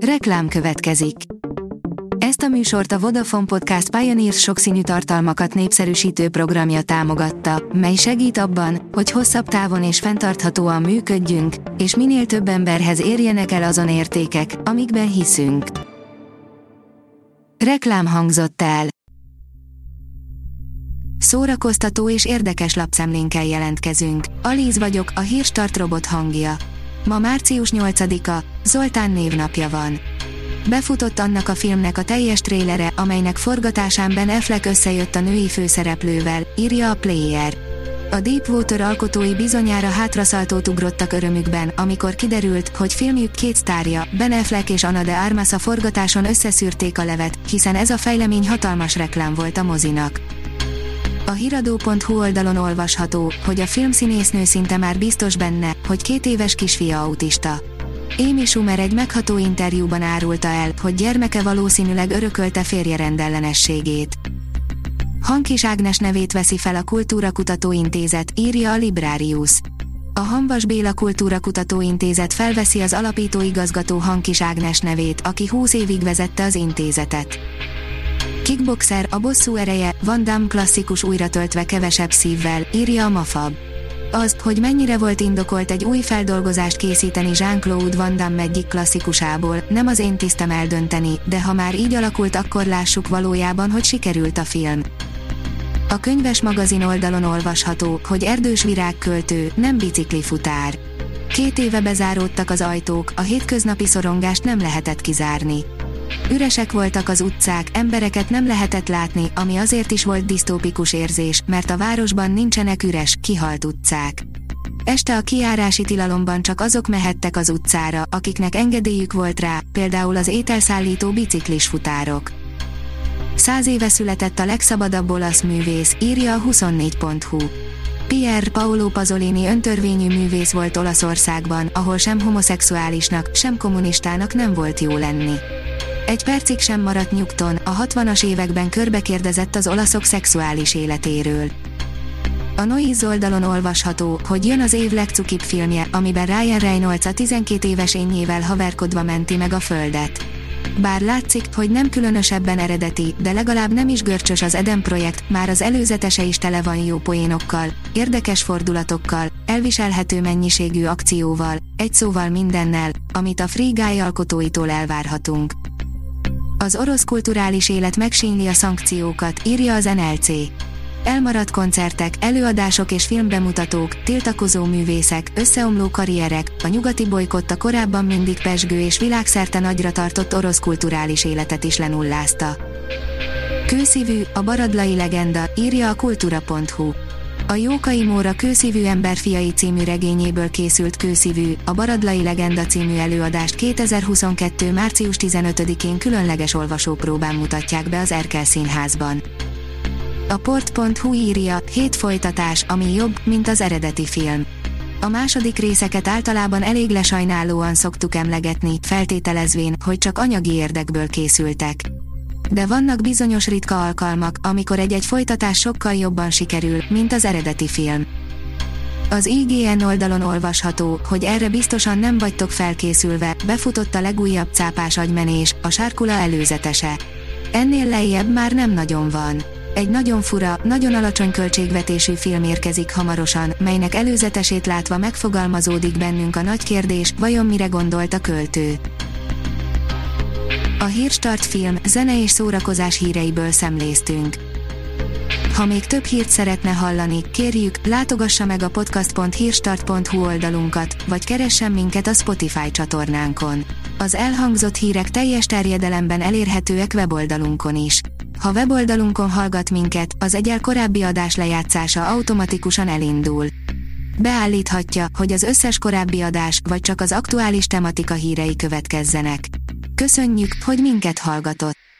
Reklám következik. Ezt a műsort a Vodafone Podcast Pioneers sokszínű tartalmakat népszerűsítő programja támogatta, mely segít abban, hogy hosszabb távon és fenntarthatóan működjünk, és minél több emberhez érjenek el azon értékek, amikben hiszünk. Reklám hangzott el. Szórakoztató és érdekes lapszemlénkkel jelentkezünk. Alíz vagyok, a Hírstart robot hangja. Ma március 8-a, Zoltán névnapja van. Befutott annak a filmnek a teljes trélere, amelynek forgatásán Ben Affleck összejött a női főszereplővel, írja a Player. A Deepwater alkotói bizonyára hátraszaltót ugrottak örömükben, amikor kiderült, hogy filmjük két sztárja, Ben Affleck és Ana de Armas a forgatáson összeszűrték a levet, hiszen ez a fejlemény hatalmas reklám volt a mozinak. A hiradó.hu oldalon olvasható, hogy a filmszínésznő szinte már biztos benne, hogy 2 éves kisfia autista. Amy Schumer egy megható interjúban árulta el, hogy gyermeke valószínűleg örökölte férje rendellenességét. Hankis Ágnes nevét veszi fel a Kultúrakutató Intézet, írja a Librarius. A Hamvas Béla Kultúrakutató Intézet felveszi az alapító igazgató Hankis Ágnes nevét, aki 20 évig vezette az intézetet. Kickboxer, a bosszú ereje, Van Damme klasszikus újratöltve kevesebb szívvel, írja a Mafab. Az, hogy mennyire volt indokolt egy új feldolgozást készíteni Jean-Claude Van Damme egyik klasszikusából, nem az én tisztem eldönteni, de ha már így alakult, akkor lássuk valójában, hogy sikerült a film. A Könyves magazin oldalon olvasható, hogy Erdős Virág költő, nem biciklifutár. 2 éve bezáródtak az ajtók, a hétköznapi szorongást nem lehetett kizárni. Üresek voltak az utcák, embereket nem lehetett látni, ami azért is volt disztópikus érzés, mert a városban nincsenek üres, kihalt utcák. Este a kijárási tilalomban csak azok mehettek az utcára, akiknek engedélyük volt rá, például az ételszállító biciklis futárok. 100 éve született a legszabadabb olasz művész, írja a 24.hu. Pier Paolo Pasolini öntörvényű művész volt Olaszországban, ahol sem homoszexuálisnak, sem kommunistának nem volt jó lenni. Egy percig sem maradt nyugton, a 60-as években körbekérdezett az olaszok szexuális életéről. A Noise oldalon olvasható, hogy jön az év legcukibb filmje, amiben Ryan Reynolds a 12 éves énjével haverkodva menti meg a Földet. Bár látszik, hogy nem különösebben eredeti, de legalább nem is görcsös az Eden projekt, már az előzetese is tele van jó poénokkal, érdekes fordulatokkal, elviselhető mennyiségű akcióval, egy szóval mindennel, amit a Free Guy alkotóitól elvárhatunk. Az orosz kulturális élet megsínli a szankciókat, írja az NLC. Elmaradt koncertek, előadások és filmbemutatók, tiltakozó művészek, összeomló karrierek, a nyugati bolykott a korábban mindig pezsgő és világszerte nagyra tartott orosz kulturális életet is lenullázta. Kőszívű, a baradlai legenda, írja a kultura.hu. A Jókai Móra Kőszívű ember fiai című regényéből készült Kőszívű, a Baradlai legenda című előadást 2022. március 15-én különleges olvasópróbán mutatják be az Erkel Színházban. A port.hu írja, 7 folytatás, ami jobb, mint az eredeti film. A második részeket általában elég lesajnálóan szoktuk emlegetni, feltételezvén, hogy csak anyagi érdekből készültek. De vannak bizonyos ritka alkalmak, amikor egy folytatás sokkal jobban sikerül, mint az eredeti film. Az IGN oldalon olvasható, hogy erre biztosan nem vagytok felkészülve, befutott a legújabb cápás agymenés, a Sárkula előzetese. Ennél lejjebb már nem nagyon van. Egy nagyon fura, nagyon alacsony költségvetésű film érkezik hamarosan, melynek előzetesét látva megfogalmazódik bennünk a nagy kérdés, vajon mire gondolt a költő. A Hírstart film, zene és szórakozás híreiből szemléztünk. Ha még több hírt szeretne hallani, kérjük, látogassa meg a podcast.hírstart.hu oldalunkat, vagy keressen minket a Spotify csatornánkon. Az elhangzott hírek teljes terjedelemben elérhetőek weboldalunkon is. Ha weboldalunkon hallgat minket, az egyel korábbi adás lejátszása automatikusan elindul. Beállíthatja, hogy az összes korábbi adás, vagy csak az aktuális tematika hírei következzenek. Köszönjük, hogy minket hallgatott!